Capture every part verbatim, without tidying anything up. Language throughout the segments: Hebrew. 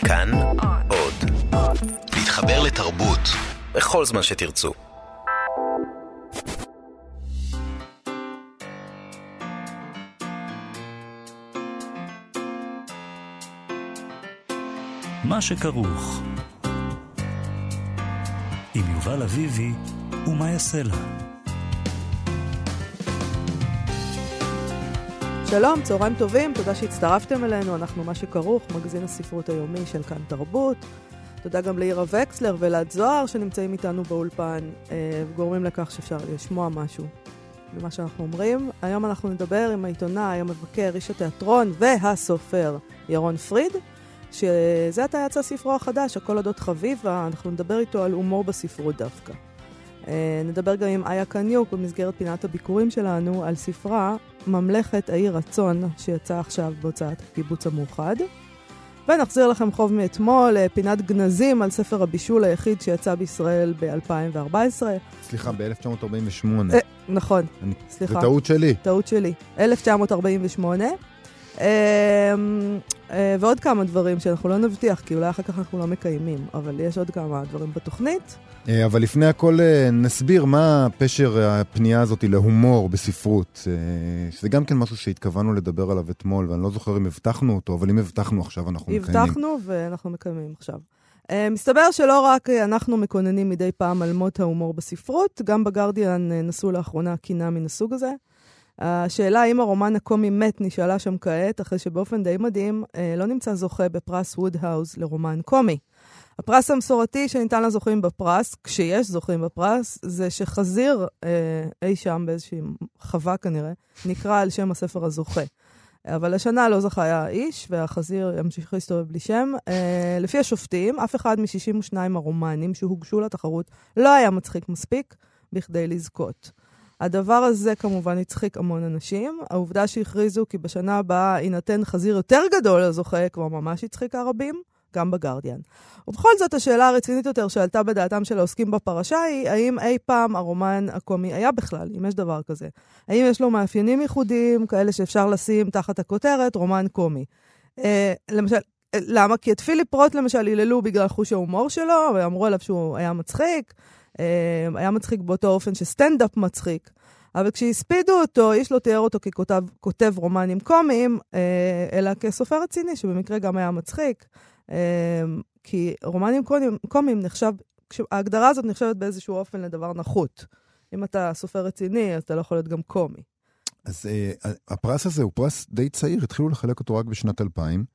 כאן עוד. להתחבר לתרבות בכל זמן שתרצו. מה שכרוך עם יובל אביבי ומה יעשה לה. שלום, צהריים טובים, תודה שהצטרפתם אלינו, אנחנו מה שכרוך, מגזין הספרות היומי של כאן תרבות. תודה גם לאירה וקסלר ולעד זוהר שנמצאים איתנו באולפן, וגורמים לכך שאפשר לשמוע משהו במה שאנחנו אומרים. היום אנחנו נדבר עם העיתונאי, המבקר, איש התיאטרון והסופר ירון פריד, שזה עתה יצא ספרו החדש, הכל אודות חביבה, אנחנו נדבר איתו על הומור בספרות דווקא. נדבר גם עם איה קניוק במסגרת פינת הביקורים שלנו על ספרה ממלכת העיר רצון שיצא עכשיו בהוצאת הקיבוץ המאוחד. ונחזיר לכם חוב מאתמול, פינת גנזים על ספר הבישול היחיד שיצא בישראל ב-אלפיים וארבע עשרה. סליחה, ב-אלף תשע מאות ארבעים ושמונה. נכון, אני... סליחה. זה טעות שלי. טעות שלי. אלף תשע מאות ארבעים ושמונה. ועוד כמה דברים שאנחנו לא נבטיח, כי אולי אחר כך אנחנו לא מקיימים, אבל יש עוד כמה דברים בתוכנית. אבל לפני הכל נסביר מה פשר הפנייה הזאת להומור בספרות. זה גם כן משהו שהתכוונו לדבר עליו אתמול, ואני לא זוכר אם הבטחנו אותו, אבל אם הבטחנו עכשיו אנחנו מקיימים. הבטחנו ואנחנו מקיימים עכשיו. מסתבר שלא רק אנחנו מקוננים מדי פעם על מות ההומור בספרות, גם בגרדיאן נסו לאחרונה קינה מן הסוג הזה. השאלה האם הרומן הקומי מת נשאלה שם כעת, אחרי שבאופן די מדהים לא נמצא זוכה בפרס וודהאוז לרומן קומי. הפרס המסורתי שניתן לזוכים בפרס, כשיש זוכים בפרס, זה שחזיר אה, אי שם באיזושהי חווה כנראה, נקרא על שם הספר הזוכה. אבל השנה לא זכה היה האיש, והחזיר ימשיך להסתובב בלי שם. אה, לפי השופטים, אף אחד מ-שישים ושניים הרומנים שהוגשו לתחרות לא היה מצחיק מספיק בכדי לזכות. הדבר הזה כמובן הצחיק המון אנשים. העובדה שהכריזו כי בשנה הבאה יינתן חזיר יותר גדול לזוכה, כבר ממש הצחיקה רבים. גם בגרדיאן. ובכל זאת, השאלה הרצינית יותר שעלתה בדעתם של העוסקים בפרשה היא, האם אי פעם הרומן הקומי היה בכלל, אם יש דבר כזה? האם יש לו מאפיינים ייחודיים, כאלה שאפשר לשים תחת הכותרת, רומן קומי? אה, למשל, למה? כי את פיליפ רוט למשל היללו בגלל חוש ההומור שלו, ואמרו עליו שהוא היה מצחיק, אה, היה מצחיק באותו אופן שסטנדאפ מצחיק, אבל כשהספידו אותו, איש לא תיאר אותו ככותב כותב רומנים קומיים, אה, אלא כסופר רציני, שבמקרה גם היה מצחיק, כי רומנים קומיים נחשב, ההגדרה הזאת נחשבת באיזשהו אופן לדבר נחות. אם אתה סופר רציני, אז אתה לא יכול להיות גם קומי. אז הפרס הזה הוא פרס די צעיר, התחילו לחלק אותו רק בשנת אלפיים,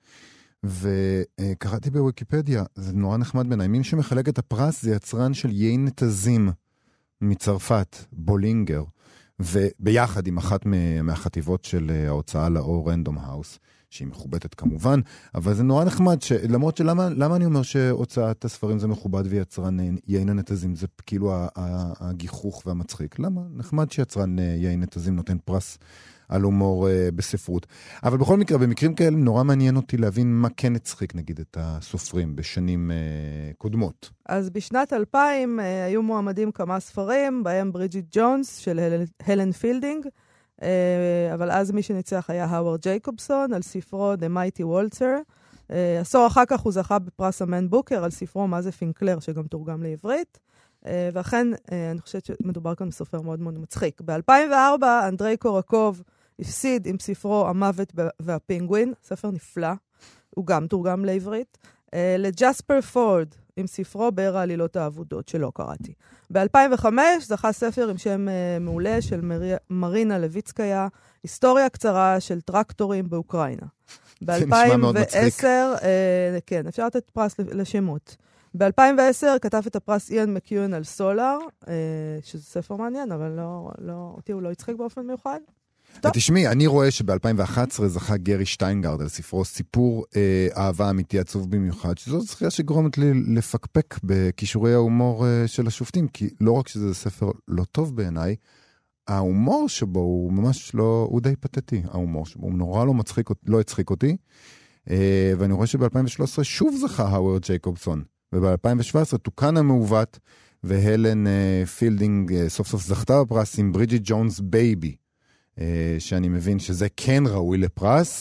וקראתי בוויקיפדיה, זה נורא נחמד בעיניי, מי שמחלק את הפרס זה יצרן של יין נתזים מצרפת, בולינגר, וביחד עם אחת מהחטיבות של ההוצאה לאור רנדום האוס, שהיא מכובדת כמובן, אבל זה נורא נחמד, למרות שלמה למה אני אומר שהוצאת הספרים זה מכובד ויצרן יין הנתזים, זה כאילו הגיחוך והמצחיק. למה? נחמד שיצרן יין נתזים נותן פרס על הומור בספרות. אבל בכל מקרה, במקרים כאלה נורא מעניין אותי להבין מה כן הצחיק נגיד את הסופרים בשנים קודמות. אז בשנת אלפיים היו מועמדים כמה ספרים, בהם ברידג'יט ג'ונס של הלן פילדינג, אבל אז מי שניצח היה האוורד ג'ייקובסון על ספרו The Mighty Waltzer. עשור אחר כך הוא זכה בפרס אמן בוקר על ספרו מה זה פינקלר, שגם תורגם לעברית. ואכן, אני חושבת שמדובר כאן בסופר מאוד מאוד מצחיק. ב-אלפיים וארבע אנדרי קורקוב הפסיד עם ספרו המוות והפינגווין, ספר נפלא, הוא גם תורגם לעברית, לג'ספר פורד עם ספרו באר העלילות האבודות, שלא קראתי. ב-אלפיים וחמש זכה ספר עם שם uh, מעולה של מר... מרינה לויצקיה, היסטוריה קצרה של טרקטורים באוקראינה. ב-אלפיים ועשר, uh, כן, אפשר לתת פרס לשמות. ב-אלפיים ועשר כתב את הפרס איאן מקיון על סולר, uh, שזה ספר מעניין, אבל לא, לא, אותי הוא לא יצחק באופן מיוחד. תשמעי, אני רואה שב-אלפיים ואחת עשרה זכה גרי שטיינגרד על ספרו סיפור אה, אהבה אמיתי עצוב במיוחד, שזו זכייה שגורמת לי לפקפק בכישורי ההומור אה, של השופטים, כי לא רק שזה ספר לא טוב בעיניי, ההומור שבו הוא ממש לא, הוא די פתטי, ההומור שבו הוא נורא לא מצחיק, לא הצחיק אותי, אה, ואני רואה שב-אלפיים ושלוש עשרה שוב זכה האוורד ג'ייקובסון, וב-אלפיים שבע עשרה תוקן המעוות, והלן אה, פילדינג אה, סוף סוף זכתה בפרס עם ברידג'יט ג'ונס בייבי, שאני מבין שזה כן ראוי לפרס,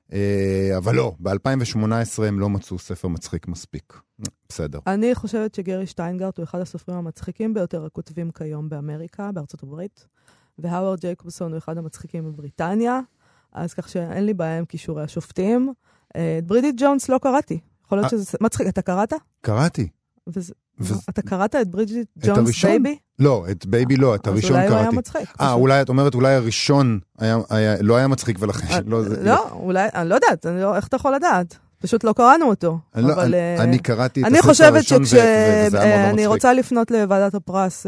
אבל לא, ב-אלפיים שמונה עשרה הם לא מצאו ספר מצחיק מספיק. בסדר. אני חושבת שגרי שטיינגרט הוא אחד הסופרים המצחיקים ביותר הכותבים כיום באמריקה, בארצות הברית, והאוורד ג'ייקובסון הוא אחד המצחיקים בבריטניה, אז כך שאין לי בעיה עם כישורי השופטים. את ברידיט ג'ונס לא קראתי. יכול להיות שזה מצחיק. אתה קראת? קראתי. אתה קראת את ברידיט ג'ונס בייבי? לא, את בייבי לא, את הראשון קראתי. אז אולי הוא היה מצחיק. אה, אולי, את אומרת, אולי הראשון לא היה מצחיק ולכן... לא, אולי, אני לא יודעת, איך אתה יכול לדעת? פשוט לא קראנו אותו. אני קראתי את הספר הראשון, אני חושבת שכשאני רוצה לפנות לוועדת הפרס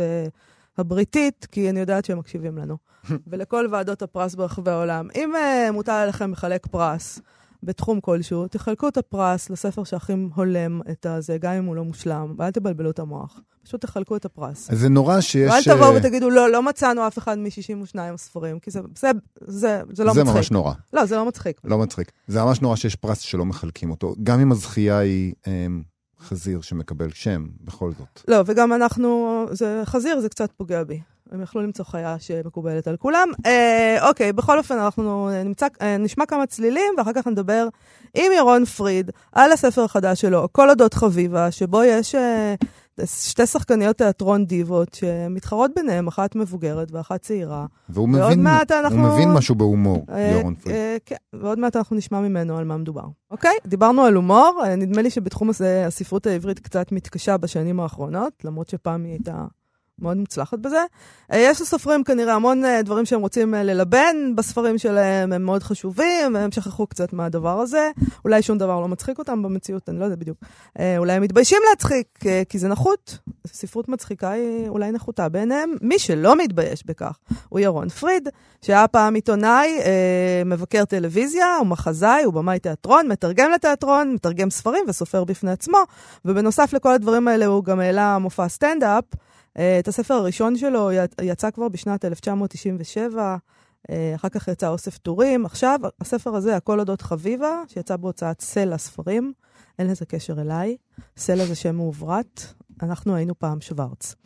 הבריטית, כי אני יודעת שהם מקשיבים לנו, ולכל ועדות הפרס ברחבי העולם, אם מותר עליכם לחלק פרס בתחום כלשהו, תחלקו את הפרס לספר שהכי הולם את הזה, גם אם הוא לא מושלם, ואל תבלבלו את המוח. פשוט תחלקו את הפרס. זה נורא שיש... ואל תבואו ותגידו, לא, לא מצאנו אף אחד מ-שישים ושניים ספרים, כי זה, זה, זה, זה לא זה מצחיק. זה ממש נורא. לא, זה לא מצחיק. לא מצחיק. זה ממש נורא שיש פרס שלא מחלקים אותו. גם אם הזכייה היא אמ, חזיר שמקבל שם, בכל זאת. לא, וגם אנחנו... זה, חזיר זה קצת פוגע בי. הם יכלו למצוא חיה שמקובלת על כולם. אה, אוקיי, בכל אופן אנחנו נמצא, אה, נשמע כמה צלילים, ואחר כך נדבר עם ירון פריד על הספר החדש שלו, כל אודות חביבה, שבו יש אה, שתי שחקניות תיאטרון דיבות, שמתחרות ביניהם, אחת מבוגרת ואחת צעירה. והוא מבין, אנחנו... הוא מבין משהו בהומור, אה, ירון פריד. אה, כן, ועוד מעט אנחנו נשמע ממנו על מה מדובר. אוקיי, דיברנו על הומור, אה, נדמה לי שבתחום הזה הספרות העברית קצת מתקשה בשנים האחרונות, למרות שפעם היא הייתה... מאוד מוצלחת בזה. יש לסופרים כנראה המון דברים שהם רוצים ללבן בספרים שלהם, הם מאוד חשובים, הם שכחו קצת מהדבר הזה, אולי שום דבר לא מצחיק אותם במציאות, אני לא יודע בדיוק. אולי הם מתביישים להצחיק, כי זה נחות. ספרות מצחיקה היא אולי נחותה ביניהם. מי שלא מתבייש בכך הוא ירון פריד, שהיה פעם עיתונאי, מבקר טלוויזיה, הוא מחזאי, הוא במאי תיאטרון, מתרגם לתיאטרון, מתרגם ספרים וסופר בפני עצמו, ובנוסף לכל הדברים האלה הוא גם העלה מופע סטנד-אפ. את הספר הראשון שלו יצא כבר בשנת אלף תשע מאות תשעים ושבע, אחר כך יצא אוסף טורים. עכשיו, הספר הזה, הכל אודות חביבה, שיצא בהוצאת סלע ספרים, אין לזה קשר אליי, סלע זה שם מעוברת, אנחנו היינו פעם שוורץ.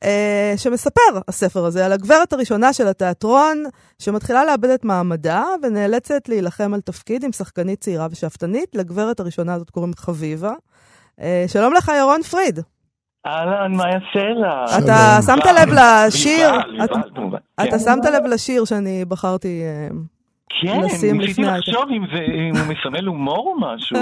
שמספר הספר הזה על הגברת הראשונה של התיאטרון, שמתחילה לאבד את מעמדה, ונאלצת להילחם על תפקיד עם שחקנית צעירה ושאפתנית, לגברת הראשונה הזאת קוראים חביבה. שלום לך ירון פריד. אהלן, מה יעשה לה? אתה שמת לב לשיר, אתה שמת לב לשיר שאני בחרתי לשים לפני. כן, ניסיתי לחשוב אם הוא מסמל הומור או משהו.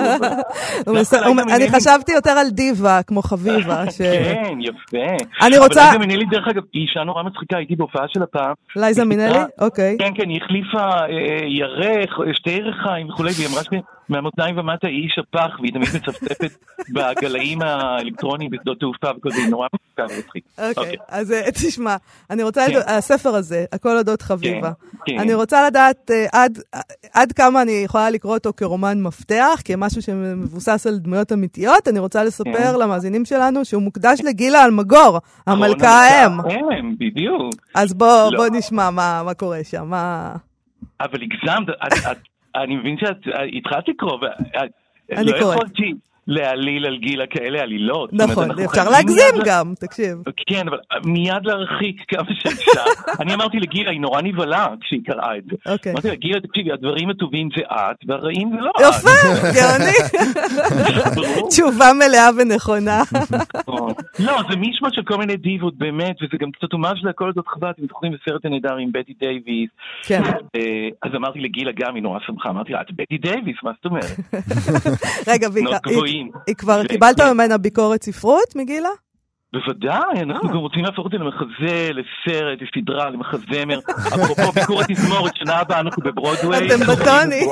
אני חשבתי יותר על דיבה, כמו חביבה. כן, יפה. אני רוצה... אבל לייזה מינלי, דרך אגב, היא אישה נורא מצחיקה, הייתי בהופעה של הפעם. לייזה מינלי? אוקיי. כן, כן, היא החליפה ירך, שתי ירחיים וכו', והיא אמרה מהמותניים ומטה היא איש הפח, והיא תמיד מצפצפת בגלאים האלקטרוניים בשדות תעופה וכל זה, היא נורא מצחיקה ומצחיק. אוקיי, אז תשמע, אני רוצה, הספר הזה, הכל אודות חביבה, אני רוצה לדעת עד כמה אני יכולה לקרוא אותו כרומן מפתח, כמשהו שמבוסס על דמויות אמיתיות, אני רוצה לספר למאזינים שלנו שהוא מוקדש לגילה אלמגור, המלכה האם. האם, בדיוק. אז בוא נשמע מה קורה שם, מה... אבל הגזמת, אני מבין שאת התחלת לקרוא, אני לא קורא. יכולתי להעליל על גילה כאלה עלילות. נכון, אפשר להגזים גם, תקשיב. כן, אבל מיד להרחיק כמה שאפשר. אני אמרתי לגילה, היא נורא נבלה כשהיא קראה את זה. אמרתי לה, גילה, תקשיבי, הדברים הטובים זה את, והרעים זה לא את. יפה, גאוני. תשובה מלאה ונכונה. לא, זה מישמע של כל מיני דיבות, באמת, וזה גם קצת אומה של הכל הזאת חב"ד, אתם זוכרים בסרט הנהדר עם בטי דייביס. כן. אז אמרתי לגילה גם, היא נורא שמחה, אמרתי לה, את בטי דייביס, מה זאת אומרת? רגע, היא כבר קיבלת ממנה ביקורת ספרות, מגילה? בוודאי, אנחנו גם רוצים להפוך אותי למחזה, לסרט, לסדרה, למחזמר. אפרופו ביקורת תזמורת, שנה הבאה אנחנו בברודווי. אתם בטוני.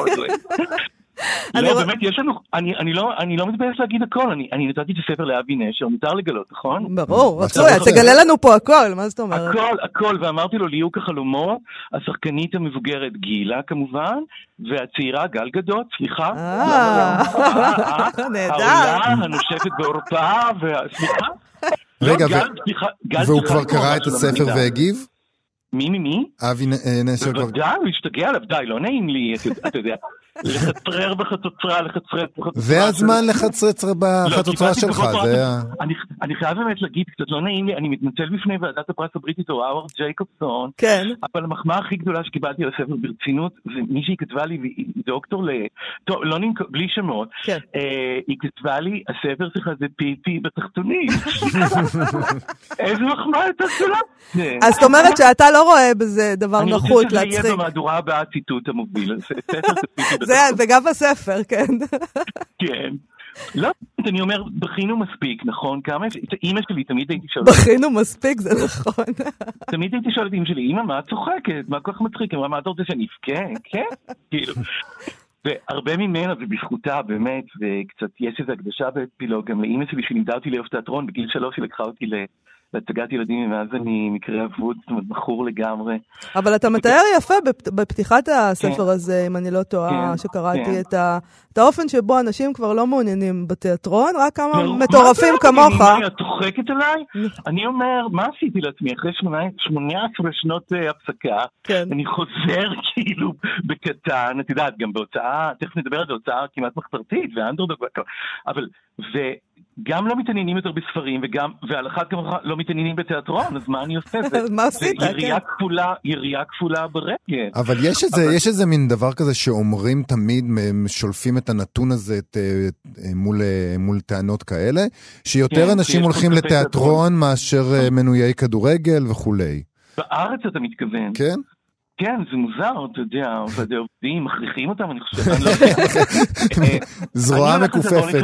לא, באמת, יש לנו, אני לא מתבייש להגיד הכל, אני נתתי את הספר לאבי נשר, מותר לגלות, נכון? ברור, רצוי, תגלה לנו פה הכל, מה זאת אומרת? הכל, הכל, ואמרתי לו, ליהוק החלומות, השחקנית המבוגרת גילה, כמובן, והצעירה גל גדות, סליחה. אה, נהדר. העולה הנושפת בעורפה, סליחה. רגע, והוא כבר קרא את הספר והגיב? מי, מי, מי? אבי נשר כבר... בוודאי, הוא השתגע עליו, די, לא נעים לי, אתה יודע. לחצרר בחצוצרה, לחצרר בחצוצרה. זה הזמן לחצרר בחצוצרה שלך, זה ה... אני חייב באמת להגיד, קצת לא נעים לי, אני מתנצל בפני ועדת הפרס הבריטית, או האוורד ג'ייקובסון, כן. אבל המחמאה הכי גדולה שקיבלתי על הספר ברצינות, זה מישהי כתבה לי, והיא דוקטור ל... טוב, לא נמכור, בלי שמות, היא כתבה לי, הספר שלך זה פיפי בתחתונים. איזה מחמאה יותר גדולה. אז זאת אומרת שאתה לא רואה בזה דבר נחות להצחיק. אני חושב שזה יהיה במהדורה הבאה ציטוט המוביל. זה גם בספר, כן. כן. לא, אני אומר, בכינו מספיק, נכון? כמה, אמא שלי תמיד הייתי שואלת. בכינו מספיק, זה נכון. תמיד הייתי שואלת אמא שלי, אמא, מה את צוחקת? מה כל כך מצחיק? מה אתה רוצה שאני אבכה? כן? כאילו. והרבה ממנה, ובזכותה באמת, וקצת יש איזו הקדשה באפילוג, גם לאמא שלי שלימדה אותי לאהוב תיאטרון, בגיל שלוש היא לקחה אותי להצגת ילדים, ומאז אני מקרה אבוד, זאת אומרת, בחור לגמרי. אבל אתה מתאר יפה בפתיחת הספר הזה, אם אני לא טועה, שקראתי את האופן שבו אנשים כבר לא מעוניינים בתיאטרון, רק כמה מטורפים כמוך. מה את צוחקת עליי? אני אומר, מה עשיתי לעצמי? אחרי שמונה עשרה שנות הפסקה, אני חוזר כאילו בקטן, את יודעת, גם בהוצאה, תכף נדבר על זה, הוצאה כמעט מחתרתית, ואנדרדוג, אבל, ו... גם לא מתעניינים יותר בספרים, וגם, ועל אחת כמוך לא מתעניינים בתיאטרון, אז מה אני עושה? מה עשית? ירייה כפולה, ירייה כפולה ברגל. אבל יש איזה, יש איזה מין דבר כזה שאומרים תמיד, שולפים את הנתון הזה מול, מול טענות כאלה, שיותר אנשים הולכים לתיאטרון מאשר מנויי כדורגל וכולי. בארץ אתה מתכוון? כן. כן, זה מוזר, אתה יודע, ועדי עובדים, מכריחים אותם, אני חושב, אני לא יודע. זרוע מקופפת.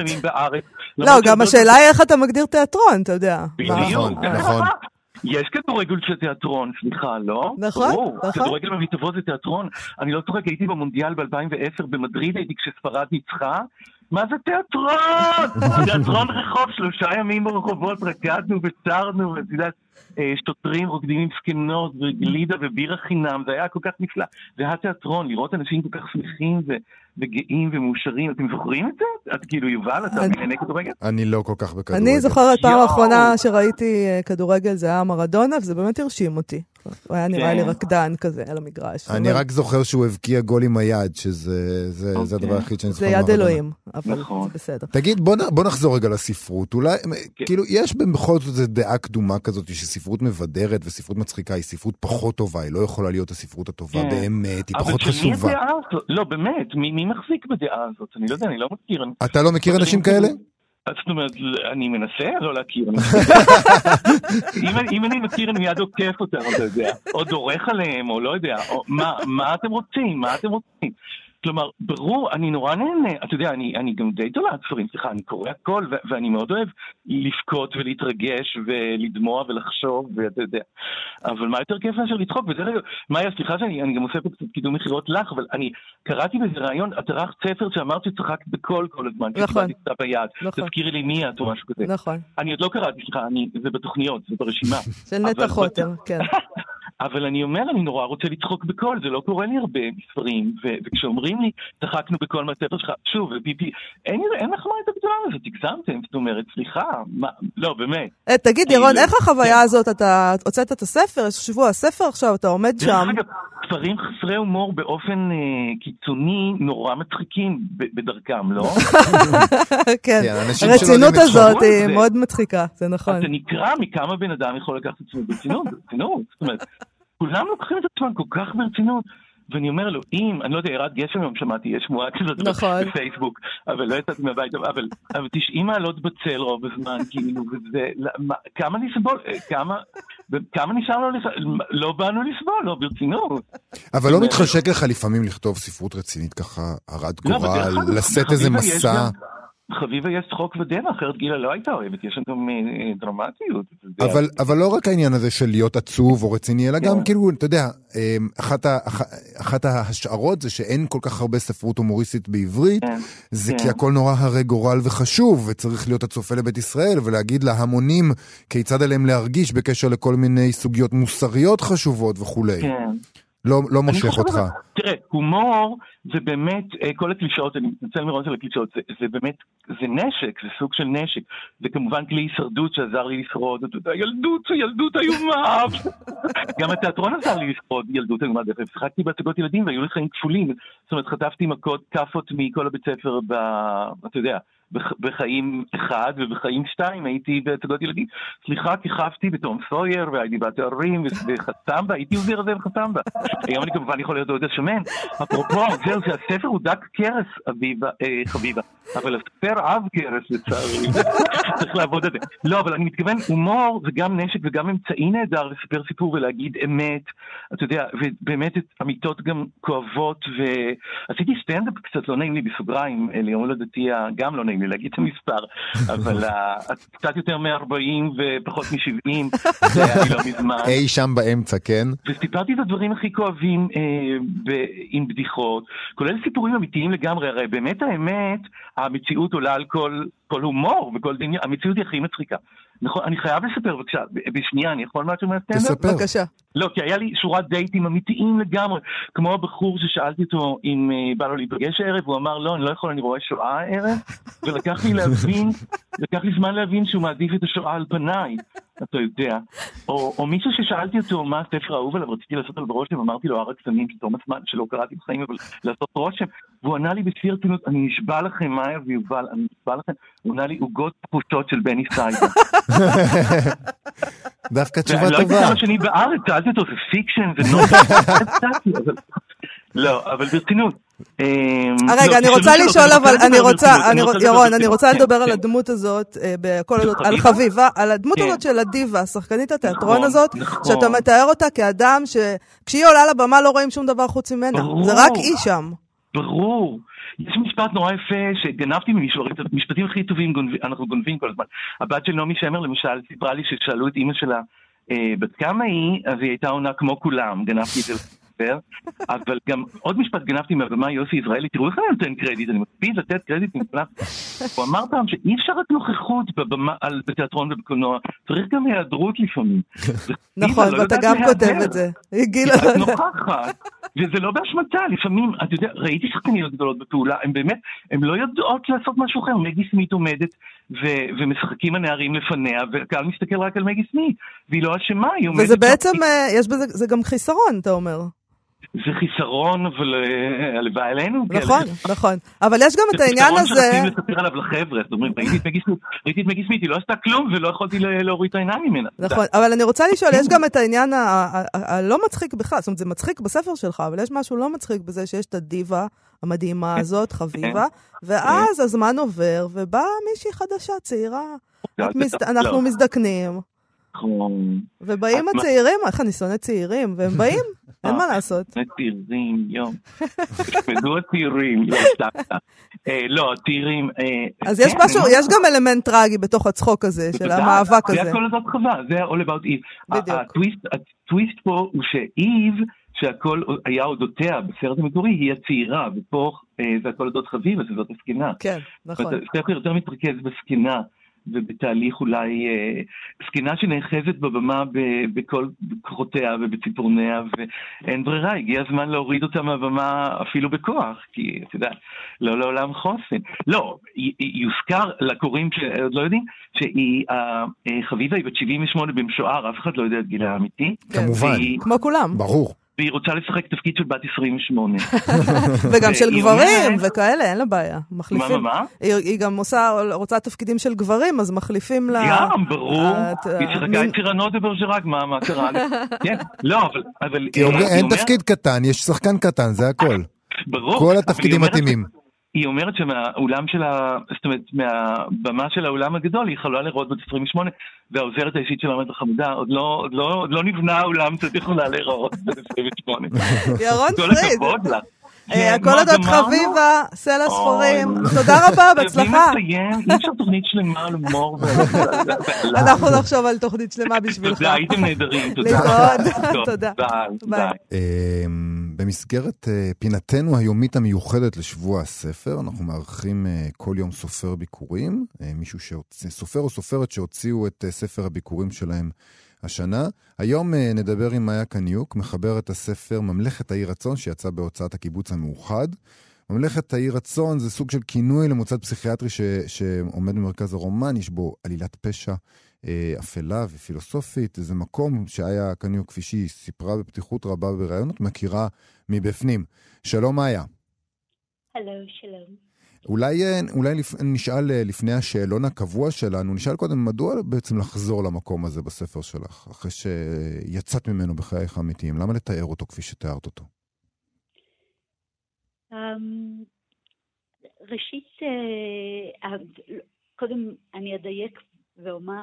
לא, גם השאלה היא איך אתה מגדיר תיאטרון, אתה יודע. נכון, נכון. יש כדורגל של תיאטרון, סליחה, לא? נכון, נכון. כדורגל מבטבו זה תיאטרון. אני לא צוחק, הייתי במונדיאל ב-אלפיים ועשר במדריד, הייתי כשספרד ניצחה. מה זה תיאטרון? תיאטרון רחוב, שלושה ימים ברחובות, רקדנו וצרנו, ואת יודעת, שוטרים רוקדים עם סקנות וגלידה ובירה חינם, זה היה כל כך נפלא. זה התיאטרון, לראות אנשים כל כך שמחים וגאים ומאושרים. אתם זוכרים את זה? את כאילו יובל, אתה בענייני כדורגל? אני לא כל כך בכדורגל. אני זוכרת פעם האחרונה שראיתי כדורגל, זה היה מרדונה, וזה באמת הרשים אותי. הוא היה נראה לי רקדן כזה על המגרש. אני רק זוכר שהוא הבקיע גול עם היד, שזה הדבר הכי שאני זוכר. זה יד אלוהים, אבל זה בסדר. תגיד, בוא נחזור רגע לספרות. אולי, כאילו, יש בכל זאת איזו דעה קדומה כזאת, שספרות מבדרת וספרות מצחיקה היא ספרות פחות טובה, היא לא יכולה להיות הספרות הטובה באמת, היא פחות חשובה. לא, באמת, מי מחזיק בדעה הזאת? אני לא יודע, אני לא מכיר. אתה לא מכיר אנשים כאלה? זאת אומרת, אני מנסה לא להכיר. אם אני מכיר, אני מיד עוקף אותם, אתה יודע. או דורך עליהם, או לא יודע. מה אתם רוצים? מה אתם רוצים? כלומר, ברור, אני נורא נהנה. אתה יודע, אני גם די תולעת ספרים, סליחה, אני קורא הכל, ואני מאוד אוהב לבכות ולהתרגש ולדמוע ולחשוב, ואתה יודע. אבל מה יותר כיף מאשר לצחוק? וזה רגע, מאיה, סליחה שאני גם עושה פה קצת קידום מחירות לך, אבל אני קראתי באיזה רעיון, את ערכת ספר שאמרת שצחקת בכל כל הזמן, נכון. שקיבלתי קצת ביד. תזכירי לי מי את או משהו כזה. נכון. אני עוד לא קראתי, סליחה, זה בתוכניות, זה ברשימה. של נטע חוטר, כן. אבל אני אומר, אני נורא רוצה לצחוק בכל, זה לא קורה לי הרבה בספרים, וכשאומרים לי, צחקנו בכל מהספר שלך, שוב, ופיפי, אין לך מה את הגדולה הזאת, הגזמתם, זאת אומרת, סליחה, לא, באמת. תגיד, ירון, איך החוויה הזאת, אתה הוצאת את הספר, יש שבוע הספר עכשיו, אתה עומד שם. ספרים חסרי הומור באופן קיצוני, נורא מצחיקים בדרכם, לא? כן, הרצינות הזאת היא מאוד מצחיקה, זה נכון. אתה נקרא מכמה בן אדם יכול לקחת את עצמו ברצינות, ברצינות, זאת אומרת, כולם לוקחים את עצמם כל כך ברצינות, ואני אומר לו, אם, אני לא יודע, ירד גשם היום שמעתי, יש שמועה כזאת בפייסבוק, אבל לא יצאתי מהבית, אבל תשעים מעלות בצל רוב הזמן, כאילו, וזה, כמה נסבול, כמה, כמה נשאר לו, לא באנו לסבול, לא ברצינות. אבל לא מתחשק לך לפעמים לכתוב ספרות רצינית ככה, הרד גורל, לשאת איזה מסע? חביבה יש צחוק ודמה, אחרת גילה לא הייתה אוהבת, יש שם גם דרמטיות. אבל, אבל לא רק העניין הזה של להיות עצוב או רציני, אלא גם כאילו, אתה יודע, אחת, אחת ההשערות זה שאין כל כך הרבה ספרות הומוריסטית בעברית, זה כי הכל נורא הרי גורל וחשוב, וצריך להיות הצופה לבית ישראל, ולהגיד להמונים כיצד עליהם להרגיש בקשר לכל מיני סוגיות מוסריות חשובות וכו'. לא, לא מושך אותך. תראה, הומור זה באמת, כל הקלישאות, אני מתנצל מראש על הקלישאות, זה, זה באמת, זה נשק, זה סוג של נשק. זה כמובן כלי הישרדות שעזר לי לשרוד, אתה יודע, ילדות, ילדות איומה. גם התיאטרון עזר לי לשרוד ילדות איומה. שיחקתי בהצגות ילדים והיו לי חיים כפולים. זאת אומרת, חטפתי מכות כפות מכל הבית ספר, ב, אתה יודע, בחיים אחד ובחיים שתיים הייתי בהצגות ילדים. סליחה, כיכבתי בתום סויר והייתי בתארים וחסמבה, הייתי עוזר הזה וחסמבה. היום אני כמובן יכול להיות עוד השמן. אפרופו, זהו שהספר הוא דק קרס, אביבה, אה, חביבה, אבל הספר אב קרס לצערי. צריך לעבוד על זה. לא, אבל אני מתכוון, הומור זה גם נשק וגם אמצעי נהדר לספר סיפור ולהגיד אמת, אתה יודע, ובאמת אמיתות גם כואבות, ועשיתי סטנדאפ קצת, לא נעים לי בסוגריים, ליום הולדתי, גם לא נעים לי להגיד את המספר, אבל קצת יותר מ-ארבעים ופחות מ-שבעים, זה היה לי לא מזמן. אי שם באמצע, כן? וסיפרתי את הדברים הכי כואבים עם בדיחות, כולל סיפורים אמיתיים לגמרי, הרי באמת האמת, המציאות עולה על כל הומור וכל דמיון, המציאות היא הכי מצחיקה. נכון, אני חייב לספר, בבקשה, בשנייה, אני יכול משהו מהסטנדאפ? תספר. בבקשה. לא, כי היה לי שורת דייטים אמיתיים לגמרי, כמו הבחור ששאלתי אותו אם בא לו להיפגש הערב, הוא אמר, לא, אני לא יכול, אני רואה שואה הערב, ולקח לי להבין, לקח לי זמן להבין שהוא מעדיף את השואה על פניי, אתה יודע. או, או מישהו ששאלתי אותו מה הספר האהוב עליו, רציתי לעשות עליו רושם, אמרתי לו, הר הקסמים, שתומס מן, שלא קראתי בחיים, אבל לעשות רושם, והוא ענה לי בשיא הרצינות, אני נשבע לכם, מאיה ויובל, אני נשבע לכם, הוא ענה לי, עוגות פחושות של בני סיידה. דווקא תשובה טובה. לא הייתי כמה שנים בארץ, שאלתי אותו, זה פיקשן, זה לא... לא, אבל ברצינות. רגע, אני רוצה לשאול, אבל אני רוצה, ירון, אני רוצה לדבר על הדמות הזאת, על חביבה, על הדמות הזאת של הדיבה, שחקנית התיאטרון הזאת, שאתה מתאר אותה כאדם שכשהיא עולה לבמה לא רואים שום דבר חוץ ממנה. זה רק היא שם. ברור. יש משפט נורא יפה שגנבתי ממישהו, משפטים הכי טובים אנחנו גונבים כל הזמן. הבת של נעמי שמר למשל סיפרה לי ששאלו את אמא שלה בת כמה היא, אז היא הייתה עונה כמו כולם, גנבתי את זה לספר, אבל גם עוד משפט גנבתי מהבמה יוסי ישראלי, תראו איך אני נותן קרדיט, אני מקפיד לתת קרדיט מכולם. הוא אמר פעם שאי אפשר רק נוכחות בתיאטרון ובקולנוע, צריך גם היעדרות לפעמים. נכון, ואתה גם כותב את זה. את נוכחת. וזה לא באשמתה, לפעמים, אתה יודע, ראיתי שחקניות גדולות בפעולה, הן באמת, הן לא יודעות לעשות משהו אחר, מגי סמית עומדת ו- ומשחקים הנערים לפניה, והקהל מסתכל רק על מגי סמית, והיא לא אשמה, היא עומדת... וזה בעצם, יש בזה, זה גם חיסרון, אתה אומר. זה חיסרון, אבל הלוואי אלינו. נכון, נכון. אבל יש גם את העניין הזה... זה חיסרון שרציתי לספר עליו לחבר'ה, זאת אומרת, ראיתי את מגי סמית, היא לא עשתה כלום, ולא יכולתי להוריד את העיניים ממנה. נכון, אבל אני רוצה לשאול, יש גם את העניין הלא מצחיק בכלל, זאת אומרת, זה מצחיק בספר שלך, אבל יש משהו לא מצחיק בזה שיש את הדיבה המדהימה הזאת, חביבה, ואז הזמן עובר, ובאה מישהי חדשה, צעירה, אנחנו מזדקנים. ובאים הצעירים, איך אני שונא צעירים, והם באים, אין מה לעשות. צעירים, יום. תשפדו הצעירים, לא, סתם. לא, צעירים... אז יש משהו, יש גם אלמנט טרגי בתוך הצחוק הזה, של המאבק הזה. זה הכל הזאת חווה, זה all about Eve. בדיוק. הטוויסט פה הוא שאיב, שהכל היה אודותיה בסרט המקורי, היא הצעירה, ופה זה הכל אודות חביבה, שזאת הסכינה. כן, נכון. הסרט יותר מתרכז בסכינה. ובתהליך אולי אה, סכינה שנאחזת בבמה בכל כוחותיה ובציפורניה, ואין ברירה, הגיע הזמן להוריד אותה מהבמה אפילו בכוח, כי אתה יודע, לא לעולם חוסן. לא, יוזכר לקוראים שעוד לא יודעים, שהיא, חביבה היא בת שבעים ושמונה במשוער, אף אחד לא יודע את גילה האמיתי. כמובן, והיא, כמו כולם. ברור. והיא רוצה לשחק תפקיד של בת עשרים ושמונה. וגם של גברים וכאלה, אין לה בעיה. מחליפים. מה, מה? היא גם רוצה תפקידים של גברים, אז מחליפים לה... גם, ברור. היא שחקה את צירנות בברז'רק, מה, מה קרה? כן, לא, אבל... כי אין תפקיד קטן, יש שחקן קטן, זה הכל. ברור. כל התפקידים מתאימים. היא אומרת שמהאולם של ה... זאת אומרת, מהבמה של האולם הגדול, היא יכולה לראות בת עשרים ושמונה, והעוזרת האישית של עמד החמודה, עוד לא, עוד לא, עוד לא נבנה האולם שאת יכולה לראות בת עשרים ושמונה. ירון פריד. כל הכבוד לה. הכל עוד חביבה, סלע ספרים. תודה רבה, בהצלחה. אי אפשר תוכנית שלמה על הומור. אנחנו נחשוב על תוכנית שלמה בשבילך. תודה, הייתם נהדרים. תודה. ביי. במסגרת פינתנו היומית המיוחדת לשבוע הספר, אנחנו מארחים כל יום סופר ביקורים, מישהו סופר או סופרת שהוציאו את ספר הביקורים שלהם השנה. היום נדבר עם מאיה קניוק, מחברת הספר ממלכת העיר רצון, שיצא בהוצאת הקיבוץ המאוחד. ממלכת העיר רצון זה סוג של כינוי למוצד פסיכיאטרי ש, שעומד במרכז הרומן, יש בו עלילת פשע אה, אפלה ופילוסופית. זה מקום שהיה קניוק, כפי שהיא סיפרה בפתיחות רבה ברעיונות, מכירה מבפנים. שלום מאיה. הלו, שלום. אולי, אולי לפ... נשאל לפני השאלון הקבוע שלנו, נשאל קודם מדוע בעצם לחזור למקום הזה בספר שלך, אחרי שיצאת ממנו בחייך האמיתיים. למה לתאר אותו כפי שתיארת אותו? Um, ראשית, uh, קודם אני אדייק ואומר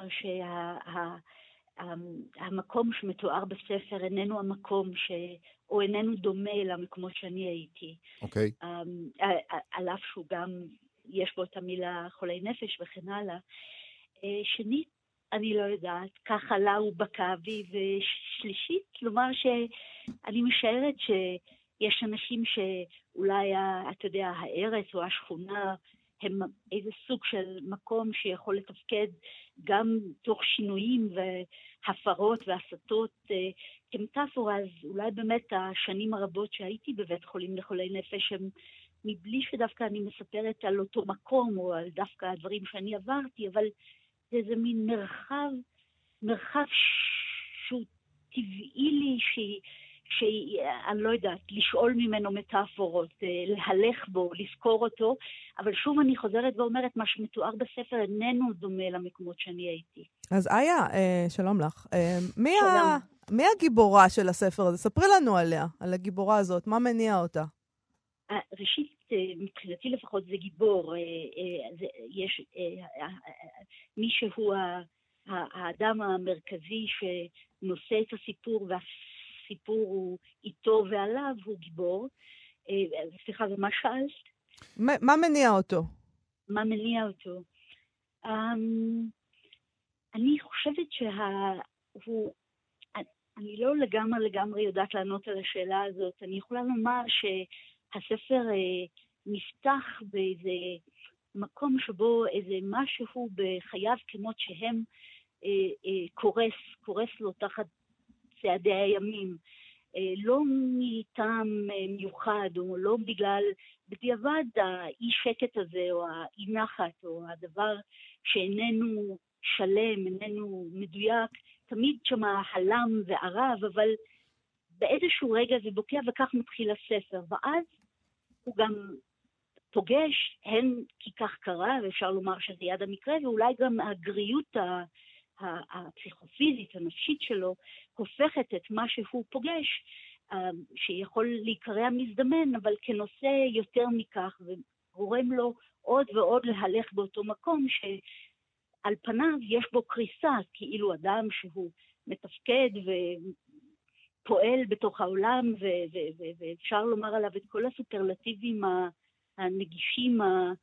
שהמקום שה, שמתואר בספר איננו המקום ש... או איננו דומה למקומות שאני הייתי. אוקיי. Okay. Um, על אף שהוא גם, יש בו את המילה חולי נפש וכן הלאה. Uh, שנית, אני לא יודעת, כך עלה הוא בקאבי, ושלישית, כלומר שאני משערת ש... יש אנשים שאולי, אתה יודע, הארץ או השכונה, הם איזה סוג של מקום שיכול לתפקד גם תוך שינויים והפרות והסתות כמטאפורה. אז אולי באמת השנים הרבות שהייתי בבית חולים לחולי נפש, הם מבלי שדווקא אני מספרת על אותו מקום או על דווקא הדברים שאני עברתי, אבל זה איזה מין מרחב, מרחב שהוא טבעי לי, שהיא, שאני לא יודעת, לשאול ממנו מטאפורות, להלך בו, לזכור אותו, אבל שוב אני חוזרת ואומרת, מה שמתואר בספר איננו דומה למקומות שאני הייתי. אז איה, שלום לך. מי, שלום. ה... מי הגיבורה של הספר הזה? ספרי לנו עליה, על הגיבורה הזאת, מה מניע אותה? ראשית, מבחינתי לפחות זה גיבור. יש מישהו, האדם המרכזי שנושא את הסיפור והסיפור, סיפור הוא איתו ועליו, הוא גיבור. סליחה, ומה שאלת? מה, מה מניע אותו? מה מניע אותו? Um, אני חושבת שהוא... אני לא לגמרי לגמרי יודעת לענות על השאלה הזאת. אני יכולה לומר שהספר uh, נפתח באיזה מקום שבו איזה משהו בחייו כמות שהם uh, uh, קורס, קורס לו תחת צעדי הימים, לא מטעם מיוחד, או לא בגלל, בדיעבד האי שקט הזה, או האי נחת, או הדבר שאיננו שלם, איננו מדויק, תמיד שמה הלם וערב, אבל באיזשהו רגע זה בוקע, וכך מתחיל הספר, ואז הוא גם פוגש, הן כי כך קרה, ואפשר לומר שזה יד המקרה, ואולי גם הגריות ה... הפסיכופיזית, הנפשית שלו, הופכת את מה שהוא פוגש, שיכול להיקרא מזדמן, אבל כנושא יותר מכך, וגורם לו עוד ועוד להלך באותו מקום, שעל פניו יש בו קריסה, כאילו אדם שהוא מתפקד ופועל בתוך העולם, ואפשר לומר עליו את כל הסופרלטיבים הנגישים,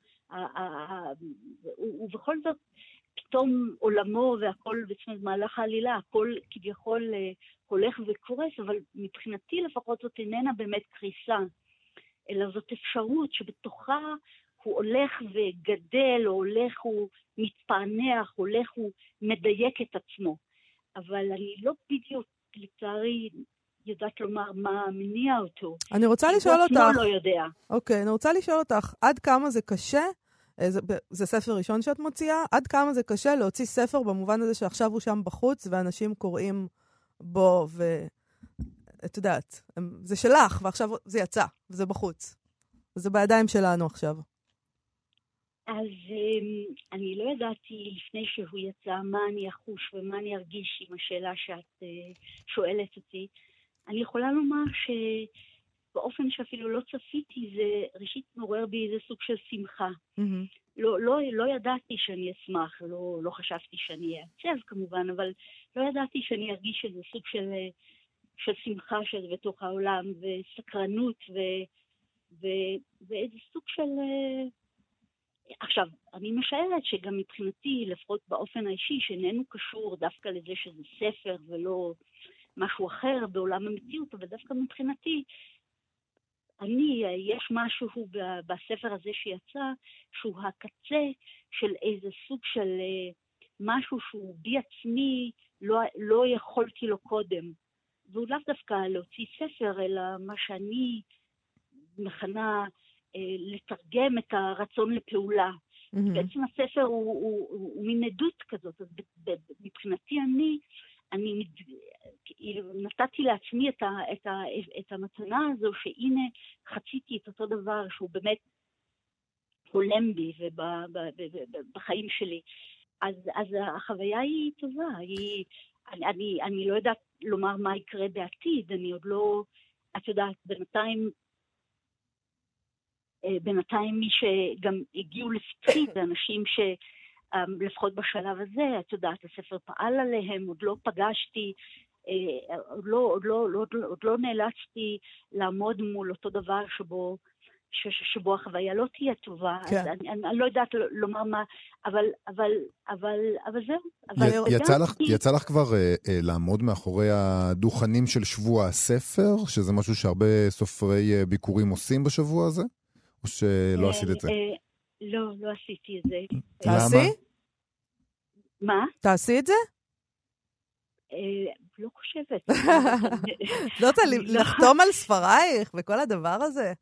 ובכל זאת, פתאום עולמו והכל בעצם מהלך העלילה, הכל כביכול אה, הולך וקורס, אבל מבחינתי לפחות זאת איננה באמת קריסה, אלא זאת אפשרות שבתוכה הוא הולך וגדל, או הולך הוא מתפענח, הולך הוא מדייק את עצמו. אבל אני לא בדיוק, לצערי, יודעת לומר מה מניע אותו. אני רוצה לשאול אותך. לא יודע. אוקיי, אני רוצה לשאול אותך, עד כמה זה קשה? זה, זה ספר ראשון שאת מוציאה, עד כמה זה קשה להוציא ספר במובן הזה שעכשיו הוא שם בחוץ, ואנשים קוראים בו, ואת יודעת, זה שלך, ועכשיו זה יצא, וזה בחוץ. זה בידיים שלנו עכשיו. אז אני לא ידעתי לפני שהוא יצא מה אני אחוש ומה אני ארגיש עם השאלה שאת שואלת אותי. אני יכולה לומר ש... באופן שאפילו לא צפיתי, זה ראשית מעורר בי איזה סוג של שמחה. Mm-hmm. לא, לא, לא ידעתי שאני אשמח, לא, לא חשבתי שאני אעצב כמובן, אבל לא ידעתי שאני ארגיש איזה סוג של, של שמחה שזה בתוך העולם, וסקרנות, ו, ו, ואיזה סוג של... עכשיו, אני משערת שגם מבחינתי, לפחות באופן האישי, שאיננו קשור דווקא לזה שזה ספר ולא משהו אחר בעולם המציאות, אבל דווקא מבחינתי, אני, יש משהו בספר הזה שיצא, שהוא הקצה של איזה סוג של משהו שהוא בי עצמי לא, לא יכולתי לו קודם. והוא לאו דווקא להוציא ספר, אלא מה שאני מכנה אה, לתרגם את הרצון לפעולה. Mm-hmm. בעצם הספר הוא, הוא, הוא, הוא מין עדות כזאת, אז מבחינתי אני, אני נתתי לעצמי את, ה, את, ה, את המתנה הזו, שהנה חציתי את אותו דבר שהוא באמת הולם בי ובחיים שלי. אז, אז החוויה היא טובה, היא, אני, אני, אני לא יודעת לומר מה יקרה בעתיד, אני עוד לא, את יודעת, בינתיים, בינתיים מי שגם הגיעו לפתחי, ואנשים שלפחות בשלב הזה, את יודעת, הספר פעל עליהם, עוד לא פגשתי, עוד לא, עוד לא, עוד לא, עוד לא נאלצתי לעמוד מול אותו דבר שבו, שבו החוויה לא תהיה טובה, כן. אז אני, אני, אני לא יודעת לומר מה, אבל, אבל, אבל, אבל זהו. אבל י, יצא, לך, היא... יצא לך כבר אה, אה, לעמוד מאחורי הדוכנים של שבוע הספר, שזה משהו שהרבה סופרי אה, ביקורים עושים בשבוע הזה? או שלא אה, עשית את זה? אה, לא, לא עשיתי את זה. תעשי? מה? תעשי את זה? אה, לא חושבת. לא רוצה לחתום על ספרייך וכל הדבר הזה?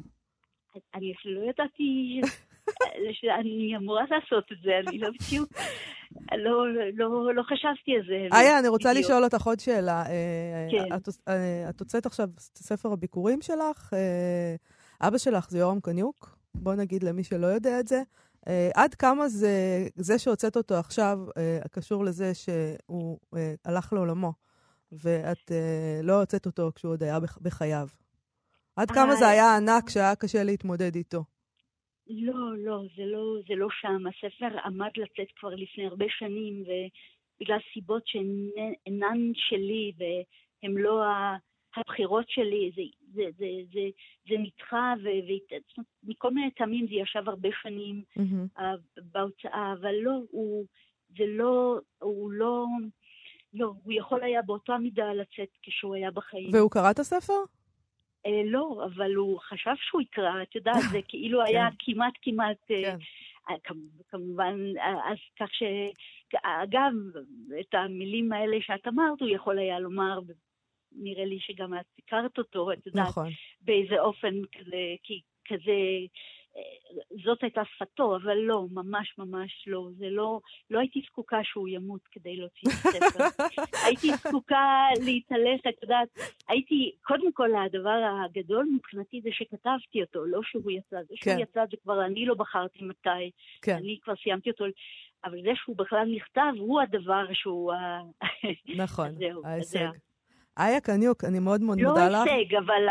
אני אפילו לא ידעתי שאני אמורה לעשות את זה, אני לא בדיוק, לא, לא, לא חשבתי על זה. איה, אני רוצה לשאול אותך עוד שאלה. כן. את, את הוצאת עכשיו ספר הביקורים שלך, אבא שלך זה יורם קניוק, בוא נגיד למי שלא יודע את זה. עד כמה זה, זה שהוצאת אותו עכשיו קשור לזה שהוא הלך לעולמו, ואת לא הוצאת אותו כשהוא עוד היה בחייו? עד כמה זה היה ענק שהיה קשה להתמודד איתו? לא, לא, זה לא, זה לא שם. הספר עמד לצאת כבר לפני הרבה שנים, ובגלל סיבות שאינן שלי, והן לא הבחירות שלי, זה, זה, זה, זה, זה נדחה, ומכל מיני טעמים זה ישב הרבה שנים בהוצאה, אבל לא, הוא, זה לא, הוא לא, לא, הוא יכול היה באותה מידה לצאת כשהוא היה בחיים. והוא קרא את הספר? אה, לא, אבל הוא חשב שהוא יקרא, את יודעת, זה כאילו היה כמעט כמעט, כן. אה, כמובן, אז כך ש... אגב, את המילים האלה שאת אמרת, הוא יכול היה לומר, נראה לי שגם את הכרת אותו, את יודעת, נכון. באיזה אופן כזה, כי כזה, זאת הייתה שפתו, אבל לא, ממש ממש לא. זה לא, לא הייתי זקוקה שהוא ימות כדי להוציא את הספר. הייתי זקוקה להתהלך, את יודעת, הייתי, קודם כל הדבר הגדול מבחינתי זה שכתבתי אותו, לא שהוא יצא. זה שהוא כן. יצא זה כבר, אני לא בחרתי מתי, כן. אני כבר סיימתי אותו, אבל זה שהוא בכלל נכתב, הוא הדבר שהוא... נכון, ההישג. איה קניוק, אני מאוד מאוד מודה לך. לא הישג, אבל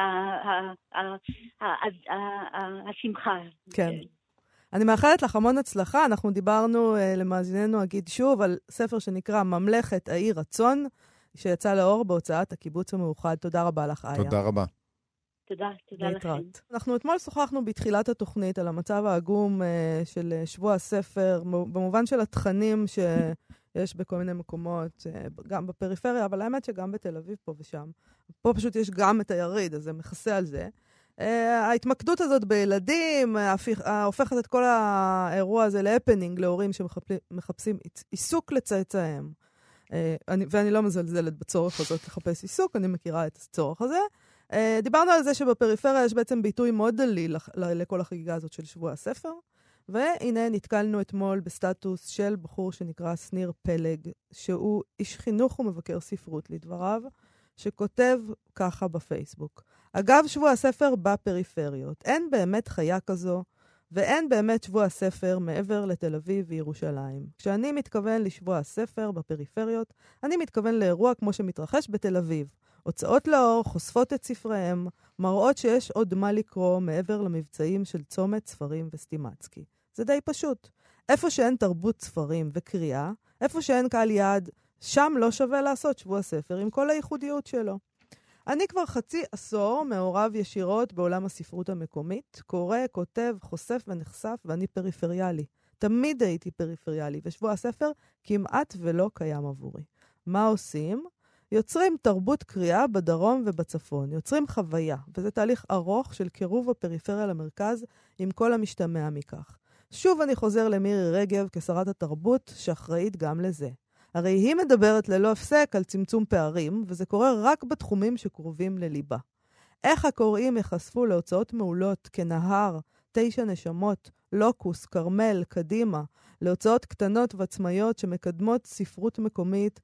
השמחה. כן. אני מאחלת לך המון הצלחה. אנחנו דיברנו למאזיננו, אגיד שוב, על ספר שנקרא ממלכת העיר רצון, שיצא לאור בהוצאת הקיבוץ המאוחד. תודה רבה לך, איה. תודה רבה. תודה, תודה לכם. אנחנו אתמול שוחחנו בתחילת התוכנית על המצב העגום של שבוע הספר, במובן של התכנים ש... יש בכל מיני מקומות, גם בפריפריה, אבל האמת שגם בתל אביב פה ושם. פה פשוט יש גם את היריד, אז זה מכסה על זה. ההתמקדות הזאת בילדים, הופכת את כל האירוע הזה להפנינג, להורים שמחפשים עיסוק לצאצאיהם. ואני לא מזלזלת בצורך הזאת לחפש עיסוק, אני מכירה את הצורך הזה. דיברנו על זה שבפריפריה יש בעצם ביטוי מאוד דליל לכל החגיגה הזאת של שבוע הספר. והנה נתקלנו אתמול בסטטוס של בחור שנקרא שניר פלג, שהוא איש חינוך ומבקר ספרות לדבריו, שכותב ככה בפייסבוק. אגב שבוע הספר בפריפריות, אין באמת חיה כזו, ואין באמת שבוע הספר מעבר לתל אביב וירושלים. כשאני מתכוון לשבוע הספר בפריפריות, אני מתכוון לאירוע כמו שמתרחש בתל אביב. הוצאות לאור, חושפות את ספריהם, מראות שיש עוד מה לקרוא מעבר למבצעים של צומת, ספרים וסטימצקי. זה די פשוט. איפה שאין תרבות ספרים וקריאה, איפה שאין קהל יעד, שם לא שווה לעשות שבוע ספר עם כל הייחודיות שלו. אני כבר חצי עשור מעורב ישירות בעולם הספרות המקומית, קורא, כותב, חושף ונחשף, ואני פריפריאלי. תמיד הייתי פריפריאלי, ושבוע הספר כמעט ולא קיים עבורי. מה עושים? יוצרים תרבות קריאה בדרום ובצפון, יוצרים חוויה, וזה תהליך ארוך של קירוב הפריפריה למרכז עם כל המשתמע מכך. שוב אני חוזר למירי רגב כשרת התרבות שאחראית גם לזה. הרי היא מדברת ללא הפסק על צמצום פערים, וזה קורה רק בתחומים שקרובים לליבה. איך הקוראים יחשפו להוצאות מעולות כנהר, תשע נשמות, לוקוס, קרמל, קדימה, להוצאות קטנות ועצמאיות שמקדמות ספרות מקומית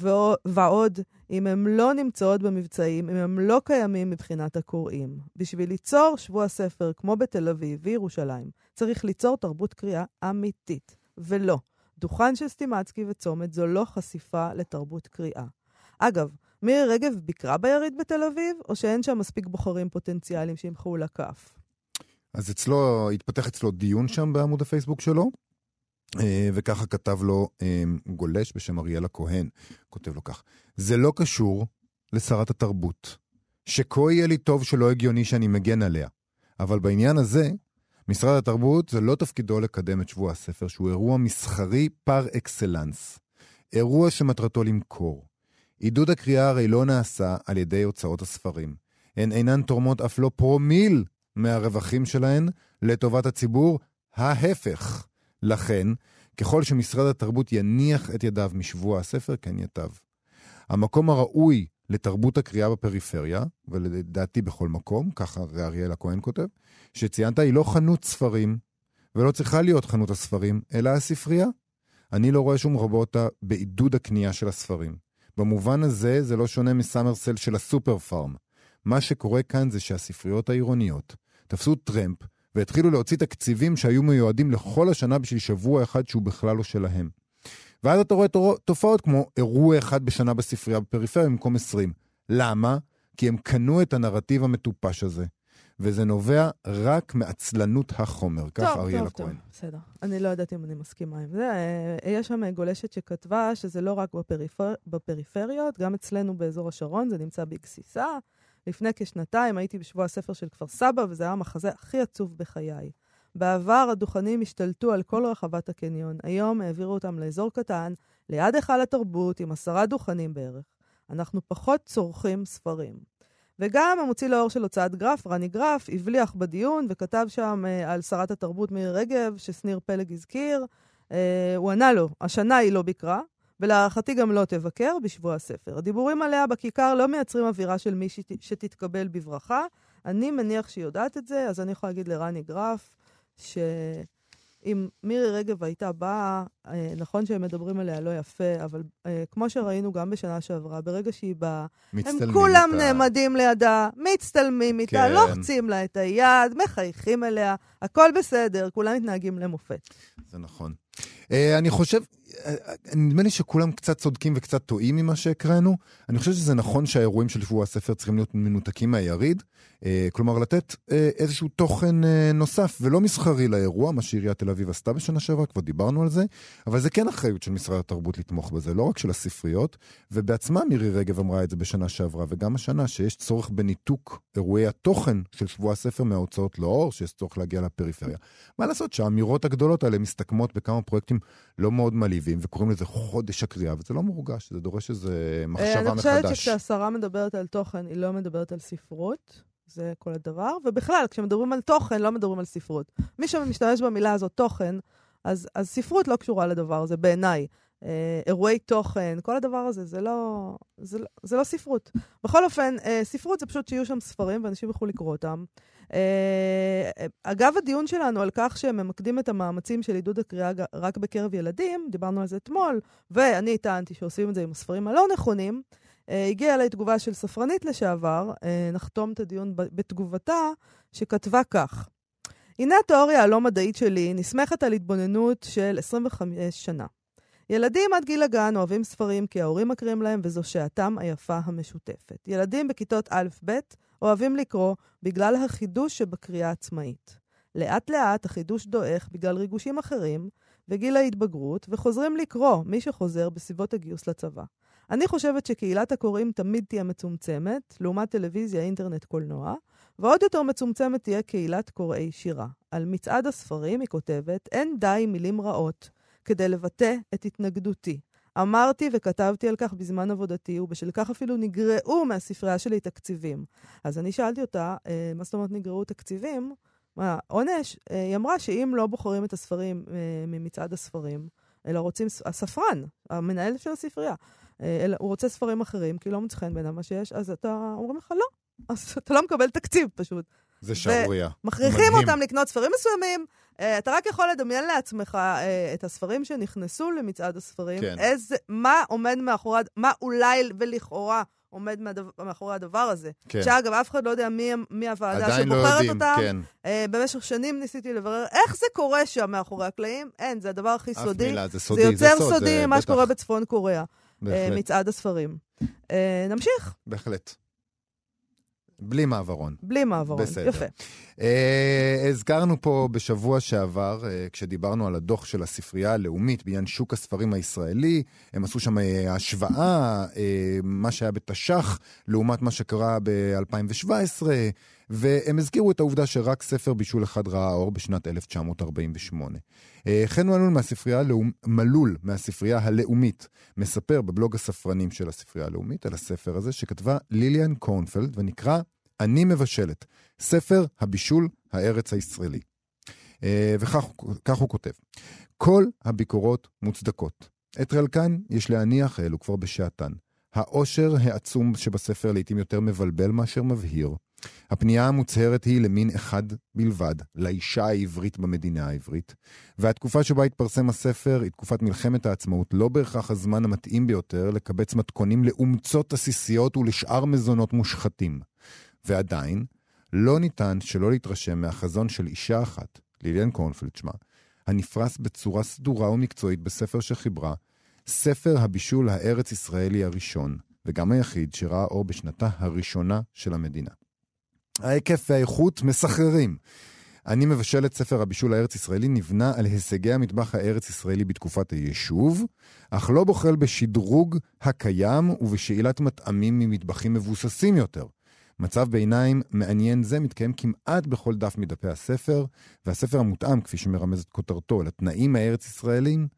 ועוד, אם הם לא נמצאות במבצעים, אם הם לא קיימים מבחינת הקוראים. בשביל ליצור שבוע ספר כמו בתל אביב וירושלים, צריך ליצור תרבות קריאה אמיתית, ולא. דוכן של סטימצקי וצומת זו לא חשיפה לתרבות קריאה. אגב, מירי רגב ביקרה ביריד בתל אביב, או שאין שם מספיק בוחרים פוטנציאליים שימחאו לכף? אז אצלו, התפתח אצלו דיון שם בעמוד הפייסבוק שלו, וככה כתב לו גולש בשם אריאל הכהן, כותב לו כך: זה לא קשור לשרת התרבות, שכה יהיה לי טוב שלא הגיוני שאני מגן עליה, אבל בעניין הזה, משרד התרבות זה לא תפקידו לקדם את שבוע הספר, שהוא אירוע מסחרי פר אקסלנס, אירוע שמטרתו למכור. עידוד הקריאה הרי לא נעשה על ידי הוצאות הספרים, הן אינן תורמות אף לא פרומיל מהרווחים שלהן לטובת הציבור, ההפך. לכן, ככל שמשרד התרבות יניח את ידיו משבוע הספר, כן יטב. המקום הראוי לתרבות הקריאה בפריפריה, ולדעתי בכל מקום, ככה אריאל הכהן כותב, שציינת היא לא חנות ספרים, ולא צריכה להיות חנות הספרים, אלא הספרייה. אני לא רואה שום רבותה בעידוד הקנייה של הספרים. במובן הזה זה לא שונה מסמרסל של הסופר פארם. מה שקורה כאן זה שהספריות העירוניות תפסו טרמפ, והתחילו להוציא תקציבים שהיו מיועדים לכל השנה בשביל שבוע אחד שהוא בכלל לא שלהם. ואז אתה רואה תופעות כמו אירוע אחד בשנה בספרייה בפריפריה במקום עשרים. למה? כי הם קנו את הנרטיב המטופש הזה. וזה נובע רק מעצלנות החומר. כך אריאל הכהן. טוב, בסדר. אני לא יודעת אם אני מסכימה עם זה. יש שם גולשת שכתבה שזה לא רק בפריפר... בפריפריות, גם אצלנו באזור השרון, זה נמצא בגסיסה. לפני כשנתיים הייתי בשבוע הספר של כפר סבא, וזה היה המחזה הכי עצוב בחיי. בעבר הדוכנים השתלטו על כל רחבת הקניון. היום העבירו אותם לאזור קטן, ליד היכל התרבות, עם עשרה דוכנים בערך. אנחנו פחות צורכים ספרים. וגם המוציא לאור של הוצאת גרף, רני גרף, הבליח בדיון, וכתב שם אה, על שרת התרבות מירי רגב, שסניר פלג הזכיר. אה, הוא ענה לו, השנה היא לא ביקרה, ולהערכתי גם לא תבקר בשבוע הספר. הדיבורים עליה בכיכר לא מייצרים אווירה של מי שת, שתתקבל בברכה. אני מניח שהיא יודעת את זה, אז אני יכולה להגיד לרני גרף, שאם מירי רגב הייתה באה, אה, נכון שהם מדברים עליה לא יפה, אבל אה, כמו שראינו גם בשנה שעברה, ברגע שהיא באה, הם כולם איתה. נעמדים לידה, מצטלמים איתה, כן. לוחצים לה את היד, מחייכים אליה, הכל בסדר, כולם מתנהגים למופת. זה נכון. Uh, אני חושב, uh, נדמה לי שכולם קצת צודקים וקצת טועים ממה שהקראנו. אני חושב שזה נכון שהאירועים של שבוע הספר צריכים להיות מנותקים מהיריד, uh, כלומר לתת uh, איזשהו תוכן uh, נוסף ולא מסחרי לאירוע, מה שעיריית תל אביב עשתה בשנה שעברה, כבר דיברנו על זה, אבל זה כן אחריות של משרד התרבות לתמוך בזה, לא רק של הספריות, ובעצמה מירי רגב אמרה את זה בשנה שעברה, וגם השנה שיש צורך בניתוק אירועי התוכן של שבוע הספר מההוצאות לאור, שיש צורך להגיע לפריפריה. מה לעשות שהאמירות הגדולות האלה מסתכמות בכמה פרויקטים לא מאוד מלהיבים, וקוראים לזה חודש הקריאה, וזה לא מורגש, זה דורש איזה מחשבה מחדש. אני חושבת שכשהשרה מדברת על תוכן, היא לא מדברת על ספרות, זה כל הדבר, ובכלל, כשמדברים על תוכן, לא מדברים על ספרות. מי שמשתמש במילה הזאת תוכן, אז, אז ספרות לא קשורה לדבר הזה, בעיניי. אה, אירועי תוכן, כל הדבר הזה, זה לא, זה, זה לא ספרות. בכל אופן, אה, ספרות זה פשוט שיהיו שם ספרים, ואנשים יוכלו לקרוא אותם. אה, אגב, הדיון שלנו על כך שהם ממקדים את המאמצים של עידוד הקריאה רק בקרב ילדים, דיברנו על זה אתמול, ואני טענתי שעושים את זה עם הספרים הלא נכונים, אה, הגיעה אליי תגובה של ספרנית לשעבר, אה, נחתום את הדיון בתגובתה, שכתבה כך: הנה התיאוריה הלא מדעית שלי, נסמכת על התבוננות של עשרים וחמש שנה. ילדים עד גיל הגן אוהבים ספרים כי ההורים מקריאים להם וזו שעתם היפה המשותפת. ילדים בכיתות א' ב' אוהבים לקרוא בגלל החידוש שבקריאה עצמאית. לאט לאט החידוש דועך בגלל ריגושים אחרים וגיל ההתבגרות וחוזרים לקרוא מי שחוזר בסביבות הגיוס לצבא. אני חושבת שקהילת הקוראים תמיד תהיה מצומצמת, לעומת טלוויזיה, אינטרנט, קולנוע, ועוד יותר מצומצמת תהיה קהילת קוראי שירה. על מצעד הספרים היא כותבת, אין די מילים רעות כדי לבטא את התנגדותי. אמרתי וכתבתי על כך בזמן עבודתי, ובשל כך אפילו נגרעו מהספרייה שלי תקציבים. אז אני שאלתי אותה, מה זאת אומרת נגרעו תקציבים? העונש, היא אמרה שאם לא בוחרים את הספרים ממצעד הספרים, אלא רוצים, הספרן, המנהל של הספרייה, אלא, הוא רוצה ספרים אחרים, כי לא מוצא חן בעיניו מה שיש, אז אתה אומרים לך לא, אז אתה לא מקבל תקציב פשוט. זה שערוריה. ומכריחים אותם לקנות ספרים מסוימים, אתה רק יכול לדמיין לעצמך את הספרים שנכנסו למצעד הספרים, כן. איזה, מה עומד מאחורי, מה אולי ולכאורה עומד מאחורי הדבר הזה. כן. שאגב, אף אחד לא יודע מי, מי הוועדה שבוחרת לא יודעים, אותם. כן. במשך שנים ניסיתי לברר איך זה קורה שם מאחורי הקלעים. אין, זה הדבר הכי סודי. מילה, זה סודי. זה יותר זה סוד, סודי ממה שקורה בצפון קוריאה. מצעד הספרים. נמשיך. בהחלט. בלי מעברון. בלי מעברון, בסדר. יפה. אה, הזכרנו פה בשבוע שעבר, אה, כשדיברנו על הדוח של הספרייה הלאומית בעניין שוק הספרים הישראלי, הם עשו שם אה, השוואה, אה, מה שהיה בתש"ח, לעומת מה שקרה ב-אלפיים שבע עשרה, והם הזכירו את העובדה שרק ספר בישול אחד ראה אור בשנת אלף תשע מאות ארבעים ושמונה. אה, חן מלול מהספרייה, הלאומ... מלול מהספרייה הלאומית, מספר בבלוג הספרנים של הספרייה הלאומית על הספר הזה, שכתבה ליליאן קורנפלד, ונקרא אני מבשלת, ספר הבישול הארץ הישראלי. וכך כך הוא כותב. כל הביקורות מוצדקות. את חלקן יש להניח, אלו כבר בשעתן. העושר העצום שבספר לעתים יותר מבלבל מאשר מבהיר. הפנייה המוצהרת היא למין אחד בלבד, לאישה העברית במדינה העברית. והתקופה שבה התפרסם הספר היא תקופת מלחמת העצמאות, לא בהכרח הזמן המתאים ביותר לקבץ מתכונים לאומצות עסיסיות ולשאר מזונות מושחתים. ועדיין, לא ניתן שלא להתרשם מהחזון של אישה אחת, ליליאן קורנפלד שמה, הנפרס בצורה סדורה ומקצועית בספר שחיברה, ספר הבישול הארץ ישראלי הראשון, וגם היחיד שראה אור בשנתה הראשונה של המדינה. ההיקף והאיכות מסחררים. אני מבשל את ספר הבישול הארץ ישראלי נבנה על הישגי המטבח הארץ ישראלי בתקופת היישוב, אך לא בוחל בשדרוג הקיים ובשאלת מטעמים ממטבחים מבוססים יותר. מצב ביניים מעניין זה מתקיים כמעט בכל דף מדפי הספר, והספר המותאם, כפי שמרמז את כותרתו, לתנאים הארץ ישראלים,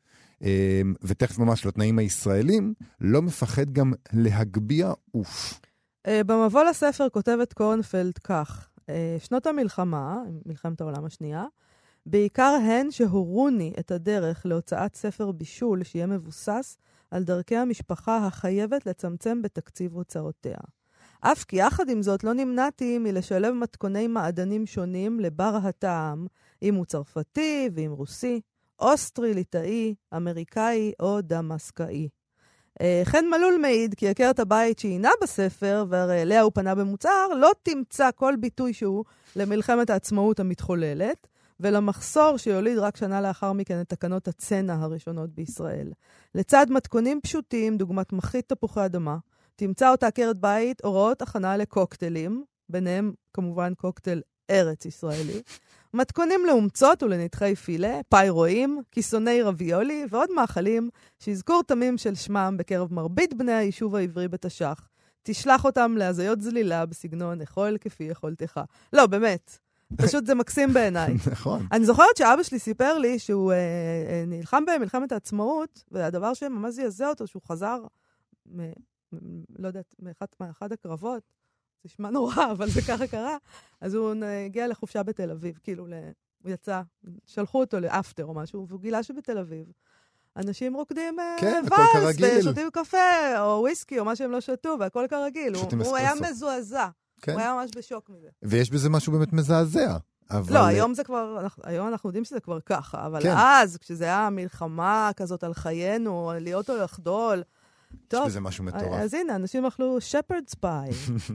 ותכף ממש לתנאים הישראלים, לא מפחד גם להגביע אוף. במבוא לספר כותבת קורנפלד כך, שנות המלחמה, מלחמת העולם השנייה, בעיקר הן שהורוני את הדרך להוצאת ספר בישול שיהיה מבוסס על דרכי המשפחה החייבת לצמצם בתקציב הוצאותיה. אף כי יחד עם זאת לא נמנעתי מלשלב מתכוני מעדנים שונים לבר הטעם, אם הוא צרפתי ואם רוסי, אוסטרי, ליטאי, אמריקאי או דמסקאי. חן מלול מעיד כי עקרת הבית שעינה בספר, והרי אליה הוא פנה במוצר, לא תמצא כל ביטוי שהוא למלחמת העצמאות המתחוללת, ולמחסור שיוליד רק שנה לאחר מכן את תקנות הצנע הראשונות בישראל. לצד מתכונים פשוטים, דוגמת מחית תפוחי אדמה, תמצא אותה עקרת בית הוראות הכנה לקוקטלים, ביניהם כמובן קוקטל ארץ ישראלי, מתכונים לאומצות ולנתחי פילה, פיירואים, כיסוני רביולי ועוד מאכלים שיזכור תמים של שמם בקרב מרבית בני היישוב העברי בתש"ח. תשלח אותם להזיות זלילה בסגנון אכול כפי יכולתך. לא, באמת. פשוט זה מקסים בעיניי. נכון. אני זוכרת שאבא שלי סיפר לי שהוא אה, אה, נלחם במלחמת העצמאות, והדבר שממש זעזע אותו, שהוא חזר, מ, מ, לא יודעת, מאחד, מאחד הקרבות, זה שמע נורא, אבל זה ככה קרה, אז הוא הגיע לחופשה בתל אביב, כאילו, הוא יצא, שלחו אותו לאפטר או משהו, והוא גילה שבתל אביב, אנשים רוקדים כן, ואז, ושותים קפה, או וויסקי, או מה שהם לא שתו, והכל כרגיל. הוא, הוא היה מזועזע. כן. הוא היה ממש בשוק מזה. ויש בזה משהו באמת מזעזע. אבל... לא, היום זה כבר, היום אנחנו יודעים שזה כבר ככה, אבל כן. אז, כשזה היה מלחמה כזאת על חיינו, להיות או לחדול, טוב, יש בזה משהו מטורף. אז הנה, אנשים אכלו shepherd's pie.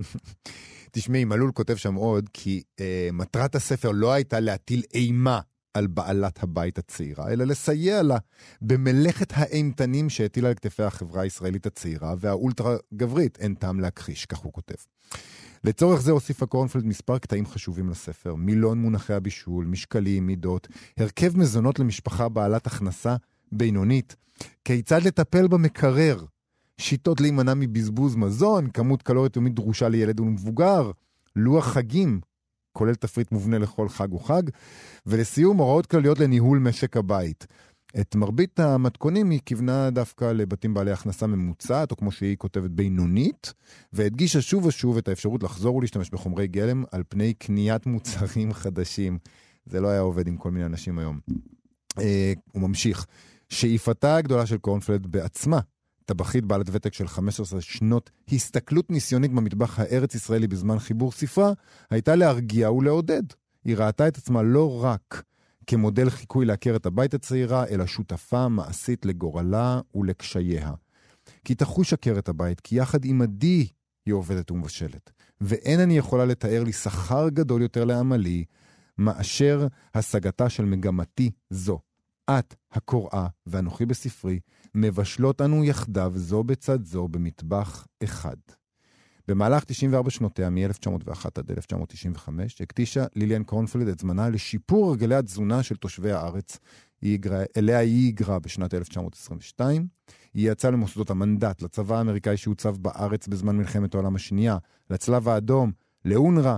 תשמעי, מלול כותב שם עוד, כי אה, מטרת הספר לא הייתה להטיל אימה על בעלת הבית הצעירה, אלא לסייע לה במלאכת האימתנים שהטילה על כתפי החברה הישראלית הצעירה, והאולטרה גברית, אין טעם להכחיש, כך הוא כותב. לצורך זה הוסיפה קורנפלד מספר קטעים חשובים לספר, מילון מונחי הבישול, משקלים, מידות, הרכב מזונות למשפחה בעלת הכנסה בינונית, כיצד לטפל במקרר, שיטות להימנע מבזבוז מזון, כמות קלורית יומית דרושה לילד ומבוגר, לוח חגים, כולל תפריט מובנה לכל חג וחג, ולסיום הוראות כלליות לניהול משק הבית. את מרבית המתכונים היא כיוונה דווקא לבתים בעלי הכנסה ממוצעת, או כמו שהיא כותבת בינונית, והדגישה שוב ושוב את האפשרות לחזור ולהשתמש בחומרי גלם על פני קניית מוצרים חדשים. זה לא היה עובד עם כל מיני אנשים היום. אה, הוא ממשיך. שאיפתה הגדולה של קורנפלד בעצמה, טבחית בעלת ותק של חמש עשרה שנות הסתכלות ניסיונית במטבח הארץ ישראלי בזמן חיבור ספרה, הייתה להרגיע ולעודד. היא ראתה את עצמה לא רק כמודל חיקוי להכיר את הבית הצעירה, אלא שותפה מעשית לגורלה ולקשייה. כי תחוש עקרת הבית, כי יחד עם עדי היא עובדת ומבשלת. ואין אני יכולה לתאר לי שכר גדול יותר לעמלי, מאשר השגתה של מגמתי זו. את, הקוראה ואנוכי בספרי, מבשלות אנו יחדיו זו בצד זו במטבח אחד. במהלך תשעים וארבע שנותיה, מ-אלף תשע מאות ואחת עד אלף תשע מאות תשעים וחמש, הקדישה ליליאן קורנפלד את זמנה לשיפור הרגלי התזונה של תושבי הארץ, היא הגרה, אליה היא הגרה בשנת אלף תשע מאות עשרים ושתיים. היא יצאה למוסדות המנדט, לצבא האמריקאי שהוצב בארץ בזמן מלחמת העולם השנייה, לצלב האדום, לאונרה,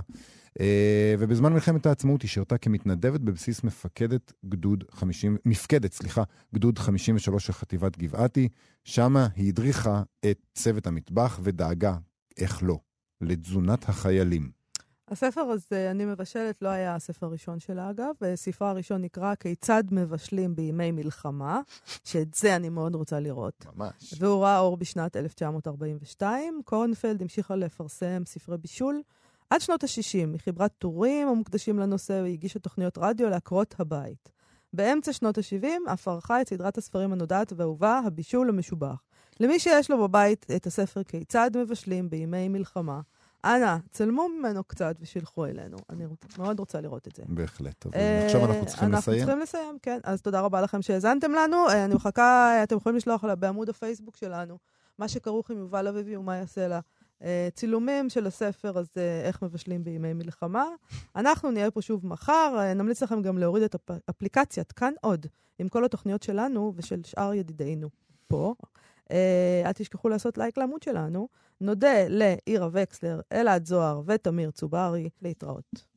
ובזמן מלחמת העצמאות היא שירתה כמתנדבת בבסיס מפקדת גדוד חמישים, מפקדת, סליחה, גדוד חמישים ושלוש של חטיבת גבעתי. שמה היא הדריכה את צוות המטבח ודאגה, איך לא, לתזונת החיילים. הספר הזה, אני מבשלת, לא היה הספר הראשון שלה אגב, ספרה הראשון נקרא כיצד מבשלים בימי מלחמה, שאת זה אני מאוד רוצה לראות. ממש. והוא ראה אור בשנת אלף תשע מאות ארבעים ושתיים. קורנפלד המשיכה לפרסם ספרי בישול, עד שנות ה-שישים, היא חיברה טורים המוקדשים לנושא, והיא הגישה תוכניות רדיו לעקרות הבית. באמצע שנות ה-שבעים, אף ערכה את סדרת הספרים הנודעת והאהובה, הבישול המשובח. למי שיש לו בבית את הספר כיצד מבשלים בימי מלחמה, אנא, צלמו ממנו קצת ושילחו אלינו. אני מאוד רוצה לראות את זה. בהחלט. אבל עכשיו אנחנו צריכים אנחנו לסיים. אנחנו צריכים לסיים, כן. אז תודה רבה לכם שהזנתם לנו. אני מחכה, אתם יכולים לשלוח לה בעמוד הפייסבוק שלנו, מה שכרוך עם יובל אביבי ומה יעשה לה. צילומים של הספר הזה, איך מבשלים בימי מלחמה. אנחנו נהיה פה שוב מחר. נמליץ לכם גם להוריד את אפליקציית כאן עוד, עם כל התוכניות שלנו ושל שאר ידידינו פה. אל תשכחו לעשות לייק לעמוד שלנו. נודה לאירה וקסלר, אלעד זוהר ותמיר צוברי. להתראות.